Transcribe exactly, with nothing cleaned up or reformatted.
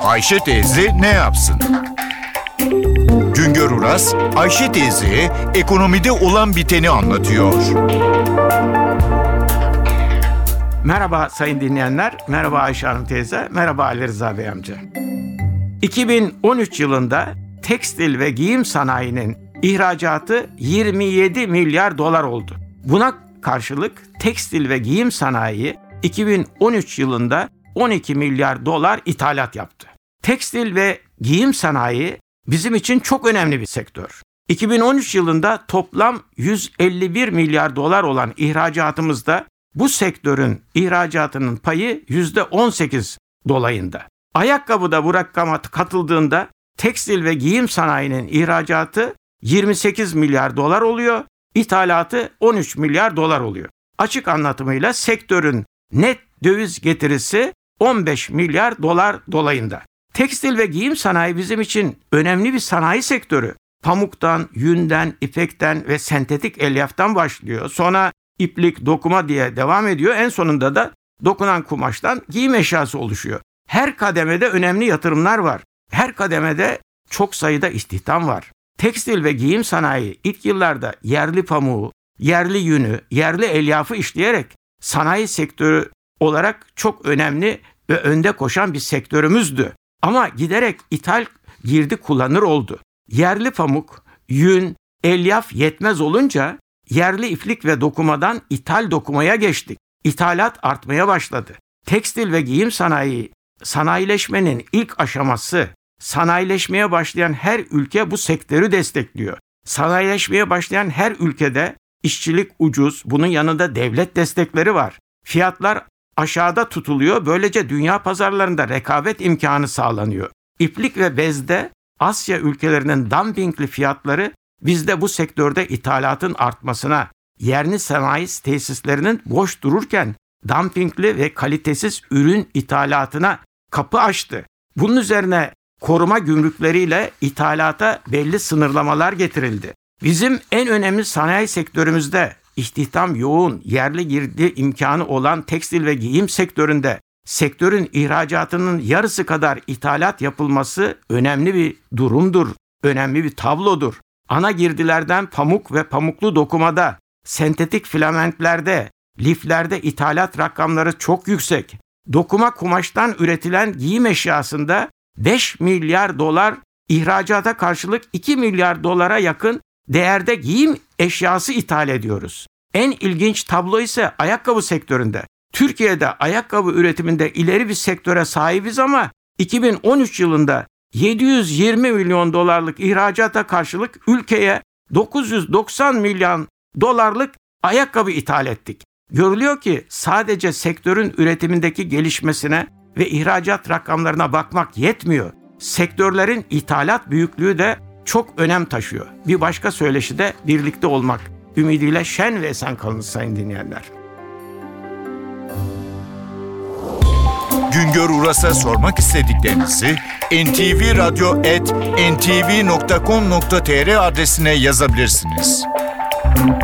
Ayşe teyze ne yapsın? Güngör Uras, Ayşe teyzeye ekonomide olan biteni anlatıyor. Merhaba sayın dinleyenler, merhaba Ayşe Hanım teyze, merhaba Ali Rıza Bey amca. iki bin on üç yılında tekstil ve giyim sanayinin ihracatı yirmi yedi milyar dolar oldu. Buna karşılık tekstil ve giyim sanayi iki bin on üç yılında on iki milyar dolar ithalat yaptı. Tekstil ve giyim sanayi bizim için çok önemli bir sektör. iki bin on üç yılında toplam yüz elli bir milyar dolar olan ihracatımızda bu sektörün ihracatının payı yüzde on sekiz dolayında. Ayakkabı da bu rakama katıldığında tekstil ve giyim sanayinin ihracatı yirmi sekiz milyar dolar oluyor, ithalatı on üç milyar dolar oluyor. Açık anlatımıyla sektörün net döviz getirisi on beş milyar dolar dolayında. Tekstil ve giyim sanayi bizim için önemli bir sanayi sektörü. Pamuktan, yünden, ipekten ve sentetik elyaftan başlıyor. Sonra iplik, dokuma diye devam ediyor. En sonunda da dokunan kumaştan giyim eşyası oluşuyor. Her kademede önemli yatırımlar var. Her kademede çok sayıda istihdam var. Tekstil ve giyim sanayi ilk yıllarda yerli pamuğu, yerli yünü, yerli elyafı işleyerek sanayi sektörü olarak çok önemli ve önde koşan bir sektörümüzdü. Ama giderek ithal girdi kullanır oldu. Yerli pamuk, yün, elyaf yetmez olunca yerli iplik ve dokumadan ithal dokumaya geçtik. İthalat artmaya başladı. Tekstil ve giyim sanayi, sanayileşmenin ilk aşaması. Sanayileşmeye başlayan her ülke bu sektörü destekliyor. Sanayileşmeye başlayan her ülkede işçilik ucuz, bunun yanında devlet destekleri var. Fiyatlar aşağıda tutuluyor, böylece dünya pazarlarında rekabet imkanı sağlanıyor. İplik ve bezde Asya ülkelerinin dumpingli fiyatları bizde bu sektörde ithalatın artmasına, yerli sanayi tesislerinin boş dururken dumpingli ve kalitesiz ürün ithalatına kapı açtı. Bunun üzerine koruma gümrükleriyle ithalata belli sınırlamalar getirildi. Bizim en önemli sanayi sektörümüzde istihdam yoğun, yerli girdi imkanı olan tekstil ve giyim sektöründe sektörün ihracatının yarısı kadar ithalat yapılması önemli bir durumdur, önemli bir tablodur. Ana girdilerden pamuk ve pamuklu dokumada, sentetik filamentlerde, liflerde ithalat rakamları çok yüksek. Dokuma kumaştan üretilen giyim eşyasında beş milyar dolar ihracata karşılık iki milyar dolara yakın değerde giyim eşyası ithal ediyoruz. En ilginç tablo ise ayakkabı sektöründe. Türkiye'de ayakkabı üretiminde ileri bir sektöre sahibiz ama iki bin on üç yılında yedi yüz yirmi milyon dolarlık ihracata karşılık ülkeye dokuz yüz doksan milyon dolarlık ayakkabı ithal ettik. Görülüyor ki sadece sektörün üretimindeki gelişmesine ve ihracat rakamlarına bakmak yetmiyor. Sektörlerin ithalat büyüklüğü de çok önem taşıyor. Bir başka söyleşi de birlikte olmak ümidiyle şen ve esen kalınız sayın dinleyenler. Güngör Uras'a sormak istediklerinizi en ti vi radyo et en ti vi nokta com nokta tr adresine yazabilirsiniz.